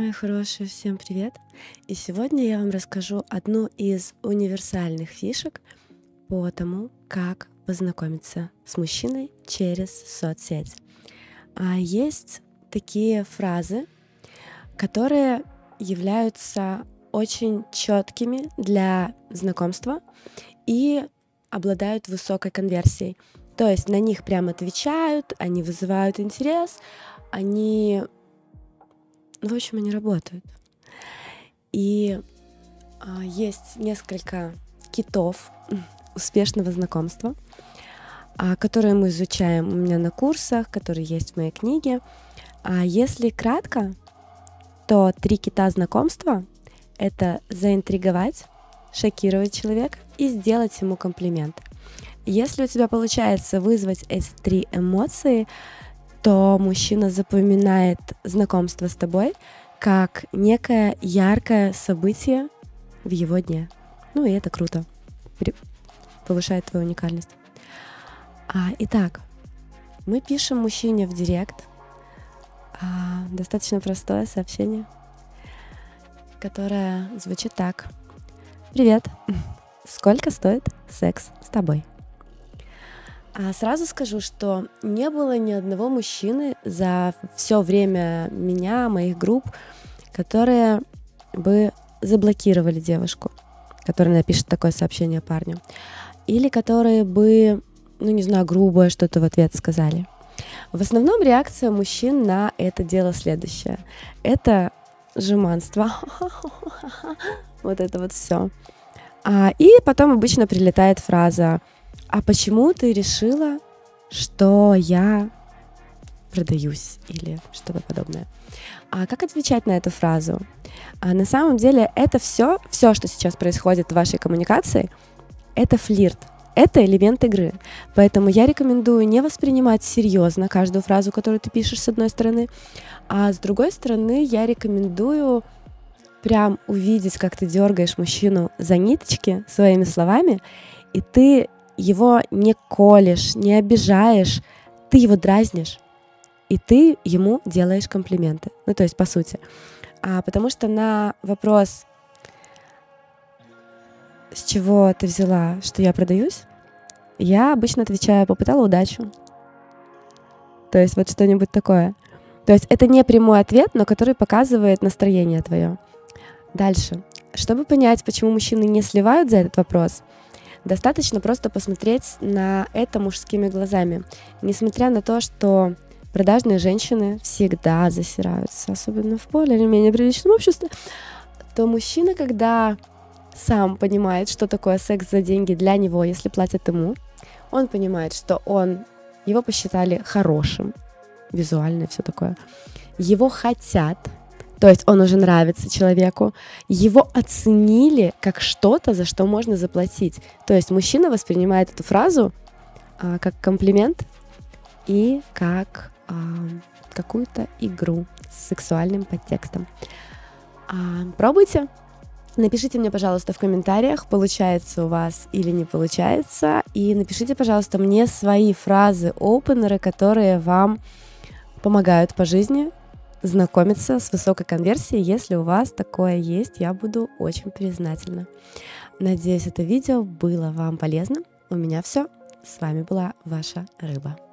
Мои хорошие, всем привет! И сегодня я вам расскажу одну из универсальных фишек по тому, как познакомиться с мужчиной через соцсеть. Есть такие фразы, которые являются очень четкими для знакомства и обладают высокой конверсией. То есть на них прям отвечают, они вызывают интерес, они работают. И есть несколько китов успешного знакомства, которые мы изучаем у меня на курсах, которые есть в моей книге. Если кратко, то 3 кита знакомства — это заинтриговать, шокировать человека и сделать ему комплимент. Если у тебя получается вызвать эти 3 эмоции, то мужчина запоминает знакомство с тобой как некое яркое событие в его дне. И это круто. Повышает твою уникальность. Итак, мы пишем мужчине в директ достаточно простое сообщение, которое звучит так. Привет! Сколько стоит секс с тобой? Сразу скажу, что не было ни одного мужчины за все время моих групп, которые бы заблокировали девушку, которая напишет такое сообщение парню, или которые бы, грубое что-то в ответ сказали. В основном реакция мужчин на это дело следующая. Это жеманство. Вот это вот все. И потом обычно прилетает фраза: «А почему ты решила, что я продаюсь?» или что-то подобное. Как отвечать на эту фразу? На самом деле это все, что сейчас происходит в вашей коммуникации, это флирт, это элемент игры. Поэтому я рекомендую не воспринимать серьезно каждую фразу, которую ты пишешь с одной стороны, а с другой стороны я рекомендую прям увидеть, как ты дергаешь мужчину за ниточки своими словами, и ты его не колешь, не обижаешь, ты его дразнишь, и ты ему делаешь комплименты. То есть, по сути. Потому что на вопрос, с чего ты взяла, что я продаюсь, я обычно отвечаю: попытала удачу. То есть вот что-нибудь такое. То есть это не прямой ответ, но который показывает настроение твое. Дальше. Чтобы понять, почему мужчины не сливают за этот вопрос, достаточно просто посмотреть на это мужскими глазами. Несмотря на то, что продажные женщины всегда засираются, особенно в более или менее приличном обществе, то мужчина, когда сам понимает, что такое секс за деньги для него, если платят ему, он понимает, что его посчитали хорошим, визуально и все такое. Его хотят, то есть он уже нравится человеку, его оценили как что-то, за что можно заплатить. То есть мужчина воспринимает эту фразу как комплимент и как какую-то игру с сексуальным подтекстом. Пробуйте. Напишите мне, пожалуйста, в комментариях, получается у вас или не получается. И напишите, пожалуйста, мне свои фразы-опенеры, которые вам помогают по жизни знакомиться с высокой конверсией. Если у вас такое есть, я буду очень признательна. Надеюсь, это видео было вам полезным. У меня все. С вами была ваша Рыба.